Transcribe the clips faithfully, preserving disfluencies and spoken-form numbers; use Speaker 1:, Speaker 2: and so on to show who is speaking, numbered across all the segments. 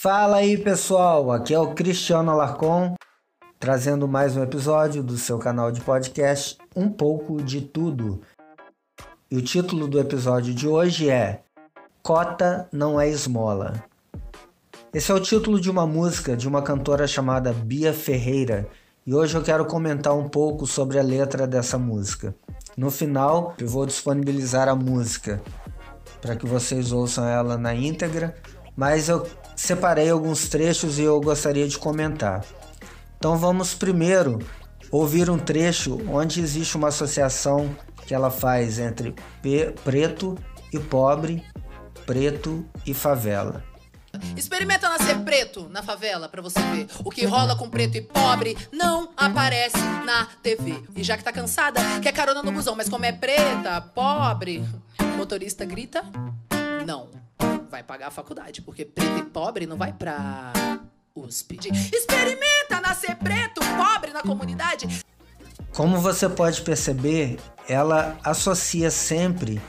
Speaker 1: Fala aí, pessoal, aqui é o Cristiano Alarcon, trazendo mais um episódio do seu canal de podcast Um Pouco de Tudo. E o título do episódio de hoje é Cota Não É Esmola. Esse é o título de uma música de uma cantora chamada Bia Ferreira, e hoje eu quero comentar um pouco sobre a letra dessa música. No final, eu vou disponibilizar a música para que vocês ouçam ela na íntegra, mas eu separei alguns trechos e eu gostaria de comentar. Então vamos primeiro ouvir um trecho onde existe uma associação que ela faz entre preto e pobre, preto e favela.
Speaker 2: Experimenta nascer preto na favela pra você ver. O que rola com preto e pobre não aparece na T V. E já que tá cansada, quer carona no busão, mas como é preta, pobre, o motorista grita, não. Vai pagar a faculdade, porque preto e pobre não vai pra U S P. Experimenta nascer preto, pobre na comunidade.
Speaker 1: Como você pode perceber, ela associa sempre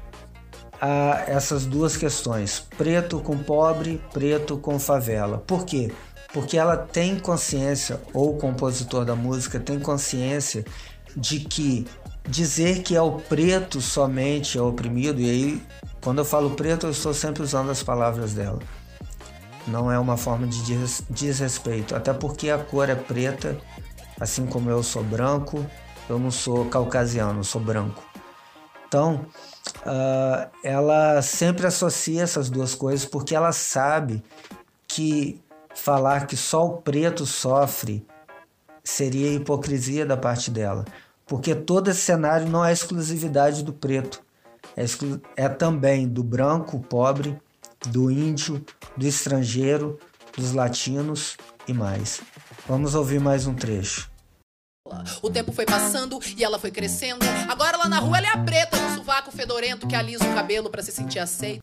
Speaker 1: a essas duas questões, preto com pobre, preto com favela. Por quê? Porque ela tem consciência, ou o compositor da música tem consciência de que dizer que é o preto somente é oprimido, e aí quando eu falo preto eu estou sempre usando as palavras dela, não é uma forma de desrespeito, até porque a cor é preta, assim como eu sou branco, eu não sou caucasiano, eu sou branco. Então uh, ela sempre associa essas duas coisas porque ela sabe que falar que só o preto sofre seria hipocrisia da parte dela, porque todo esse cenário não é exclusividade do preto, é, exclu- é também do branco, pobre, do índio, do estrangeiro, dos latinos e mais. Vamos ouvir mais um trecho.
Speaker 2: O tempo foi passando e ela foi crescendo. Agora lá na rua ela é a preta no sovaco fedorento que alisa o cabelo pra se sentir aceita.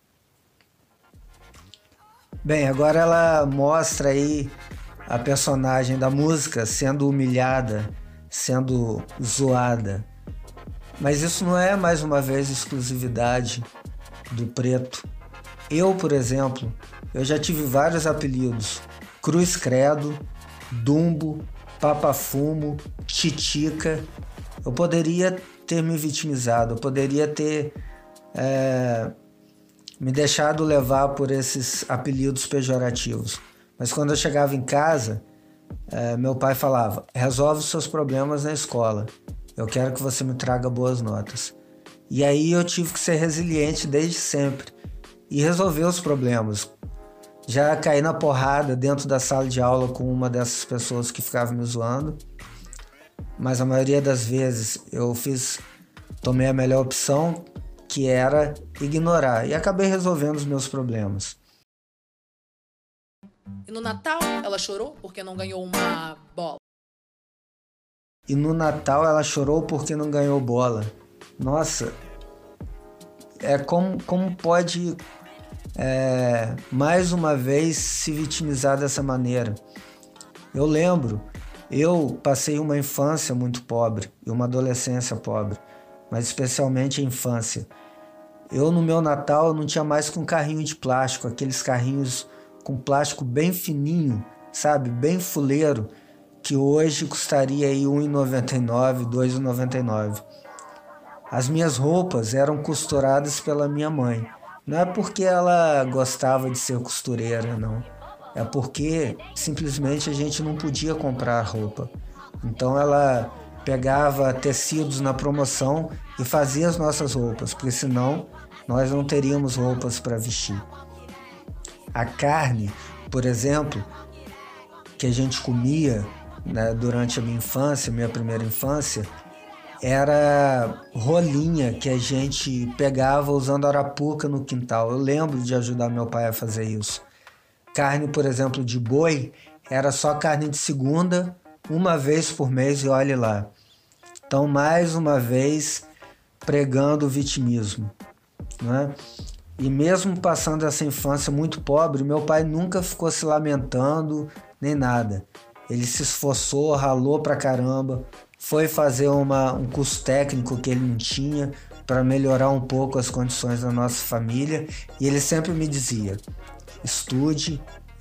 Speaker 1: Bem, agora ela mostra aí a personagem da música sendo humilhada, sendo zoada. Mas isso não é, mais uma vez, exclusividade do preto. Eu, por exemplo, eu já tive vários apelidos. Cruz Credo, Dumbo, Papafumo, Titica. Eu poderia ter me vitimizado, eu poderia ter é, me deixado levar por esses apelidos pejorativos. Mas quando eu chegava em casa, é, meu pai falava, resolve os seus problemas na escola. Eu quero que você me traga boas notas. E aí eu tive que ser resiliente desde sempre e resolver os problemas. Já caí na porrada dentro da sala de aula com uma dessas pessoas que ficavam me zoando, mas a maioria das vezes eu fiz, tomei a melhor opção, que era ignorar, e acabei resolvendo os meus problemas.
Speaker 2: E no Natal ela chorou porque não ganhou uma bola.
Speaker 1: E no Natal ela chorou porque não ganhou bola. Nossa, é como, como pode... É, mais uma vez se vitimizar dessa maneira. Eu lembro, eu passei uma infância muito pobre e uma adolescência pobre, mas especialmente a infância. Eu no meu Natal não tinha mais que um carrinho de plástico, aqueles carrinhos com plástico bem fininho, sabe, bem fuleiro, que hoje custaria aí um real e noventa e nove centavos, dois reais e noventa e nove centavos. As minhas roupas eram costuradas pela minha mãe. Não é porque ela gostava de ser costureira, não. É porque simplesmente a gente não podia comprar roupa. Então ela pegava tecidos na promoção e fazia as nossas roupas, porque senão nós não teríamos roupas para vestir. A carne, por exemplo, que a gente comia, né, durante a minha infância, minha primeira infância, era rolinha que a gente pegava usando arapuca no quintal. Eu lembro de ajudar meu pai a fazer isso. Carne, por exemplo, de boi, era só carne de segunda, uma vez por mês, e olhe lá. Então, mais uma vez, pregando o vitimismo, né? E mesmo passando essa infância muito pobre, meu pai nunca ficou se lamentando, nem nada. Ele se esforçou, ralou pra caramba, foi fazer uma, um curso técnico que ele não tinha para melhorar um pouco as condições da nossa família, e ele sempre me dizia, estude,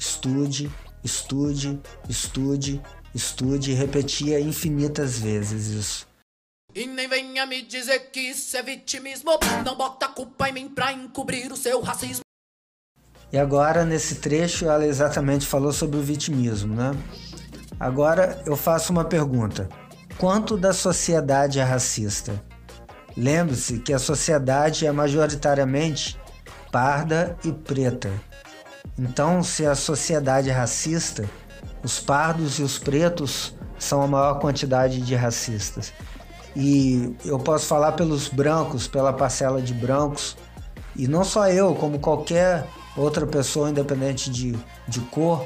Speaker 1: estude, estude, estude, estude, e repetia infinitas vezes isso.
Speaker 2: E nem venha me dizer que isso é vitimismo, não bota a culpa em mim pra encobrir o seu racismo.
Speaker 1: E agora, nesse trecho, ela exatamente falou sobre o vitimismo, né? Agora eu faço uma pergunta. Quanto da sociedade é racista? Lembre-se que a sociedade é majoritariamente parda e preta. Então, se a sociedade é racista, os pardos e os pretos são a maior quantidade de racistas. E eu posso falar pelos brancos, pela parcela de brancos, e não só eu, como qualquer outra pessoa, independente de, de cor,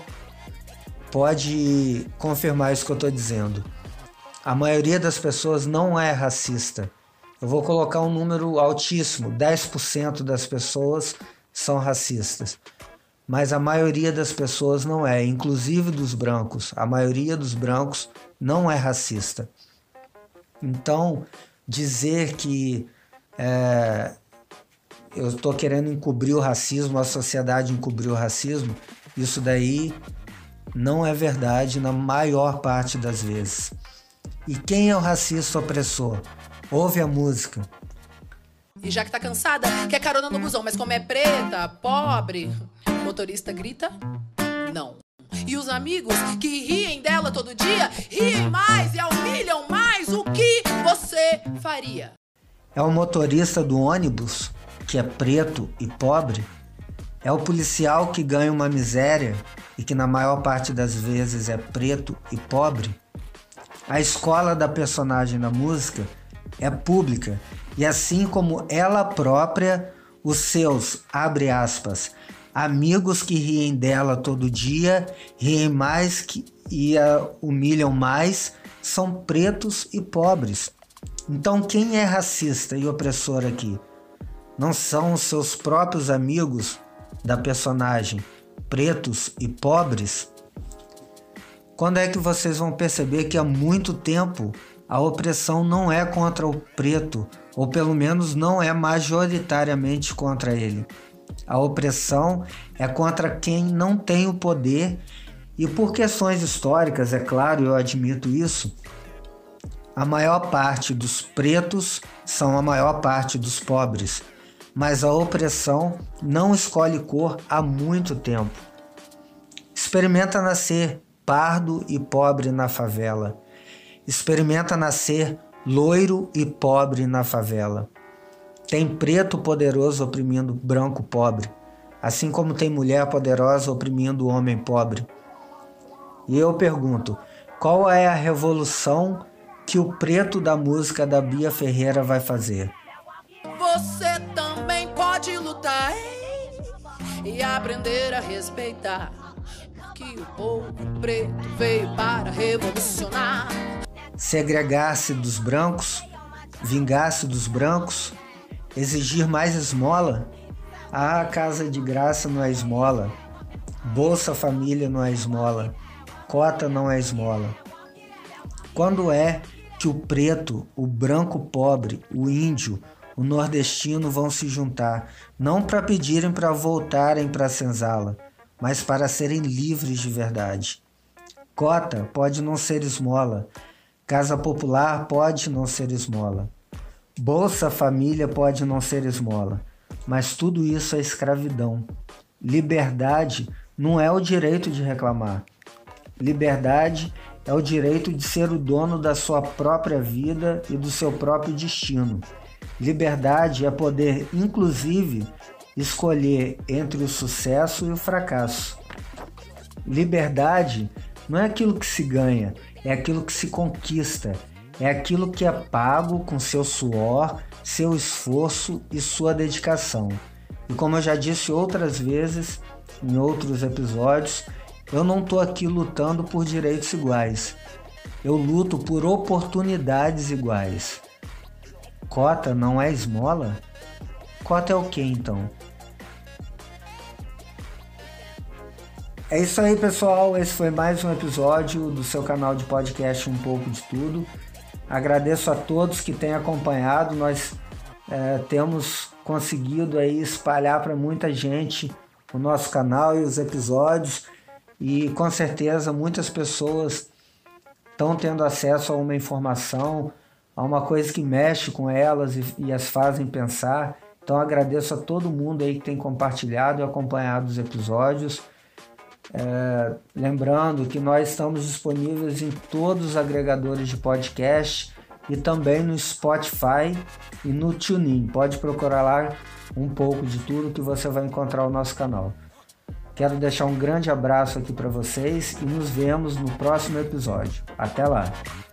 Speaker 1: pode confirmar isso que eu estou dizendo. A maioria das pessoas não é racista. Eu vou colocar um número altíssimo, dez por cento das pessoas são racistas. Mas a maioria das pessoas não é, inclusive dos brancos. A maioria dos brancos não é racista. Então, dizer que é, eu estou querendo encobrir o racismo, a sociedade encobrir o racismo, isso daí não é verdade na maior parte das vezes. E quem é o racista opressor? Ouve a música.
Speaker 2: E já que tá cansada, quer carona no busão, mas como é preta, pobre, o motorista grita não. E os amigos que riem dela todo dia, riem mais e a humilham mais, o que você faria?
Speaker 1: É o motorista do ônibus, que é preto e pobre? É o policial que ganha uma miséria e que na maior parte das vezes é preto e pobre? A escola da personagem na música é pública e assim como ela própria, os seus, abre aspas, amigos que riem dela todo dia, riem mais que, e a humilham mais, são pretos e pobres. Então quem é racista e opressor aqui? Não são os seus próprios amigos da personagem, pretos e pobres? Quando é que vocês vão perceber que há muito tempo a opressão não é contra o preto, ou pelo menos não é majoritariamente contra ele? A opressão é contra quem não tem o poder e por questões históricas, é claro, eu admito isso, a maior parte dos pretos são a maior parte dos pobres, mas a opressão não escolhe cor há muito tempo. Experimenta nascer pardo e pobre na favela. Experimenta nascer loiro e pobre na favela. Tem preto poderoso oprimindo branco pobre, assim como tem mulher poderosa oprimindo homem pobre. E eu pergunto, qual é a revolução que o preto da música da Bia Ferreira vai fazer?
Speaker 2: Você também pode lutar, hein? E aprender a respeitar que o povo preto veio para revolucionar.
Speaker 1: Segregar-se dos brancos, vingar-se dos brancos, exigir mais esmola? Ah, casa de graça não é esmola, Bolsa Família não é esmola, cota não é esmola. Quando é que o preto, o branco pobre, o índio, o nordestino vão se juntar, não para pedirem para voltarem para a senzala, mas para serem livres de verdade? Cota pode não ser esmola, casa popular pode não ser esmola, Bolsa Família pode não ser esmola, mas tudo isso é escravidão. Liberdade não é o direito de reclamar. Liberdade é o direito de ser o dono da sua própria vida e do seu próprio destino. Liberdade é poder, inclusive, escolher entre o sucesso e o fracasso. Liberdade não é aquilo que se ganha, é aquilo que se conquista. É aquilo que é pago com seu suor, seu esforço e sua dedicação. E como eu já disse outras vezes, em outros episódios, eu não estou aqui lutando por direitos iguais. Eu luto por oportunidades iguais. Cota não é esmola? Cota é o que então? É isso aí, pessoal. Esse foi mais um episódio do seu canal de podcast Um Pouco de Tudo. Agradeço a todos que têm acompanhado. Nós é, temos conseguido aí espalhar para muita gente o nosso canal e os episódios. e com certeza muitas pessoas estão tendo acesso a uma informação, a uma coisa que mexe com elas e, e as fazem pensar. Então agradeço a todo mundo aí que tem compartilhado e acompanhado os episódios. É, lembrando que nós estamos disponíveis em todos os agregadores de podcast e também no Spotify e no TuneIn. Pode procurar lá um pouco de tudo que você vai encontrar o nosso canal. Quero deixar um grande abraço aqui para vocês e nos vemos no próximo episódio. Até lá!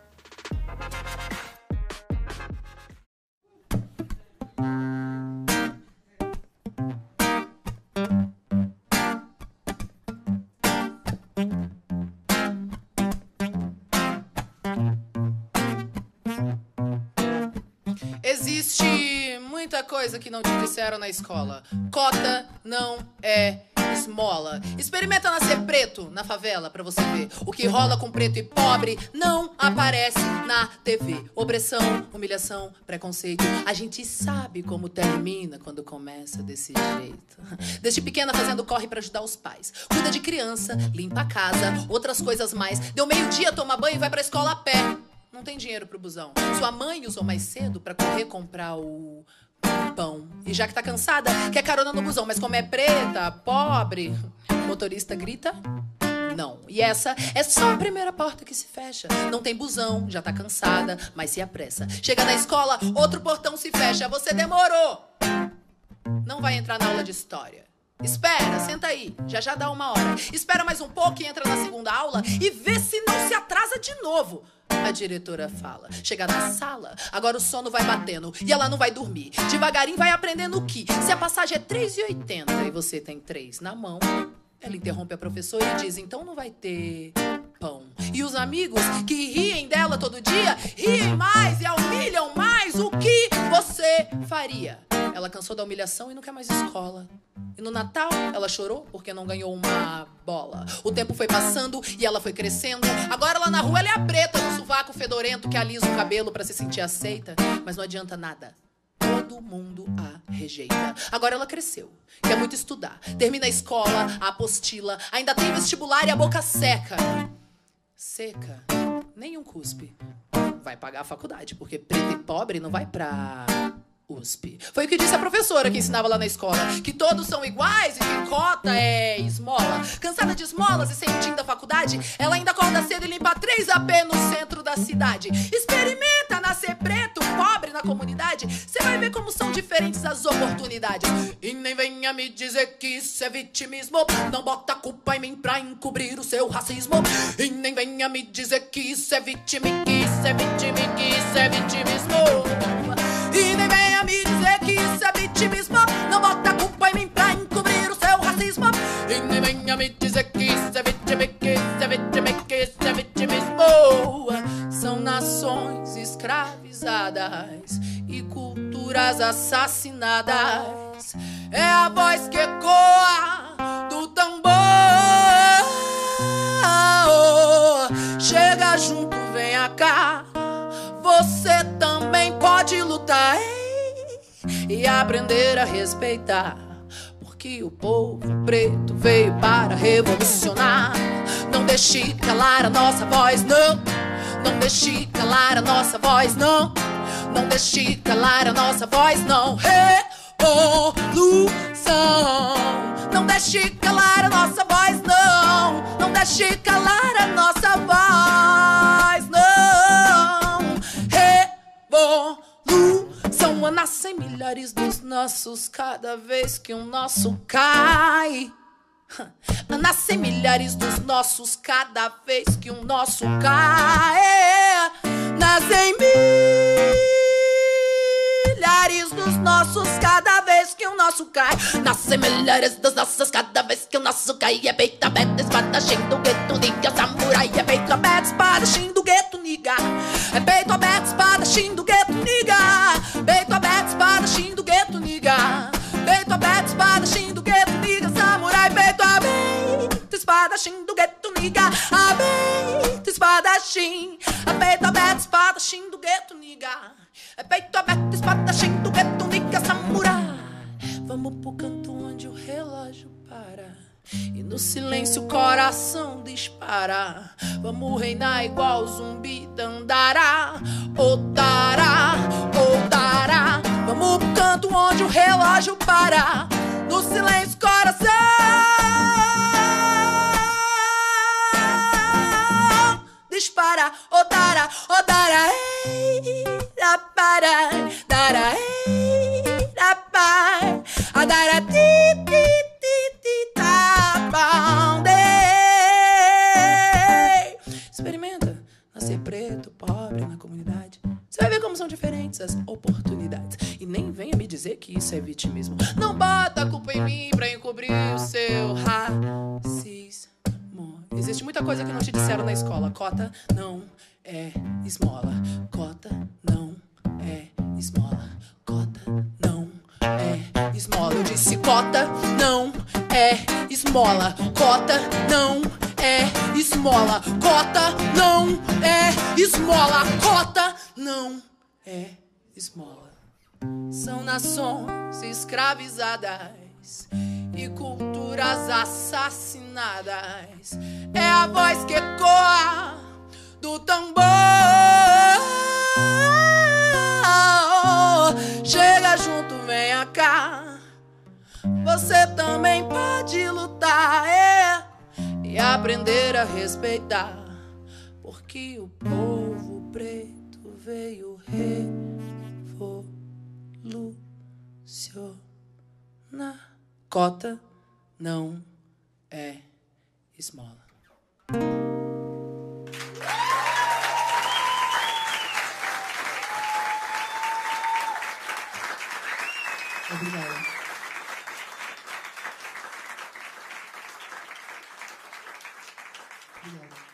Speaker 2: Existe muita coisa que não te disseram na escola. Cota não é esmola. Experimenta nascer preto na favela pra você ver. O que rola com preto e pobre não aparece na T V. Opressão, humilhação, preconceito. A gente sabe como termina quando começa desse jeito. Desde pequena fazendo corre pra ajudar os pais. Cuida de criança, limpa a casa, outras coisas mais. Deu meio-dia, toma banho e vai pra escola a pé. Não tem dinheiro pro busão. Sua mãe usou mais cedo pra correr comprar o pão. E já que tá cansada, quer carona no busão. Mas como é preta, pobre, o motorista grita não. E essa é só a primeira porta que se fecha. Não tem busão, já tá cansada, mas se apressa. Chega na escola, outro portão se fecha. Você demorou. Não vai entrar na aula de história. Espera, senta aí, já já dá uma hora. Espera mais um pouco e entra na segunda aula e vê se não se atrasa de novo. A diretora fala. Chega na sala, agora o sono vai batendo e ela não vai dormir. Devagarinho vai aprendendo que se a passagem é três e oitenta e você tem três na mão, ela interrompe a professora e diz, então não vai ter pão. E os amigos que riem dela todo dia, riem mais e a humilham mais. O que você faria? Ela cansou da humilhação e não quer mais escola. E no Natal, ela chorou porque não ganhou uma bola. O tempo foi passando e ela foi crescendo. Agora lá na rua ela é a preta, no sovaco fedorento que alisa o cabelo pra se sentir aceita. Mas não adianta nada. Todo mundo a rejeita. Agora ela cresceu, quer muito estudar. Termina a escola, a apostila. Ainda tem vestibular e a boca seca. Seca, nenhum cuspe. Vai pagar a faculdade, porque preto e pobre não vai pra U S P. Foi o que disse a professora que ensinava lá na escola, que todos são iguais e que cota é esmola. Cansada de esmolas e sentindo a faculdade, ela ainda acorda cedo e limpa três A P no centro da cidade. Experimenta nascer preto, pobre na comunidade, cê vai ver como são diferentes as oportunidades. E nem venha me dizer que isso é vitimismo, não bota a culpa em mim pra encobrir o seu racismo. E nem venha me dizer que isso é vitimi, que isso é vitimi, que isso é vitimismo. E nem venha me dizer que isso é vitimismo, não bota a culpa em mim pra encobrir o seu racismo. E nem venha me dizer que isso é vitimi, que isso é vitimi, que isso é vitimismo. São nações escravizadas e culturas assassinadas. É a voz que ecoa do tambor. Chega junto, venha cá. Você também pode lutar, ei, e aprender a respeitar, porque o povo preto veio para revolucionar. Não deixe calar a nossa voz, não. Não deixe calar a nossa voz, não. Não deixe calar a nossa voz, não. Revolução. Não deixe calar a nossa voz, não. Não deixe calar a nossa voz, não. Revolução. Nascem milhares dos nossos cada vez que um nosso cai. Nascem milhares dos nossos cada vez que um nosso cai. Nascem milhares dos nossos cada vez que o nosso cai. Nascem milhares dos nossos cada vez que o nosso cai. É peito aberto, espadachim do gueto, niga, samurai. É peito aberto, espadachim do gueto, niga. É peito aberto, espadachim do gueto, niga. Peito aberto, espadachim do gueto, niga. Peito aberto, espadachim do gueto, niga, samurai. Peito aberto, espadachim do gueto, niga. Aberto, espadachim. Peito aberto, espadachim do gueto, niga. É peito aberto, espadachim do gueto, niga, samurai. Vamos pro canto onde o relógio para. E no silêncio o coração dispara. Vamos reinar igual zumbi Dandará. Otará, otará. Vamos pro canto onde o relógio para. No silêncio o coração dispara. Otará, otará. Ei, da para, dará, ei, da para, a dará, ti, ti, ti, ti, tá, bom, experimenta nascer preto, pobre na comunidade. Você vai ver como são diferentes as oportunidades. E nem venha me dizer que isso é vitimismo. Não bota a culpa em mim pra encobrir o seu racismo. Existe muita coisa que não te disseram na escola. Cota não é esmola. Cota não é esmola. Cota não é esmola. Eu disse cota não é esmola. Cota não é esmola. Cota não é esmola. Cota não é esmola. São nações escravizadas e culturas assassinadas. É a voz que ecoa do tambor. Chega junto, venha cá. Você também pode lutar, é, e aprender a respeitar. Porque o povo preto veio revolucionar. Cota não é esmola. Obrigada. Obrigada.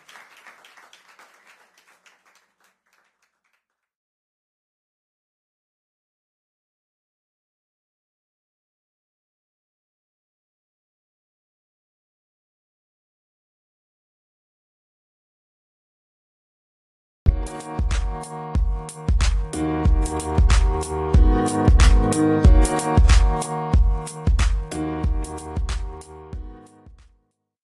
Speaker 2: We'll be right back.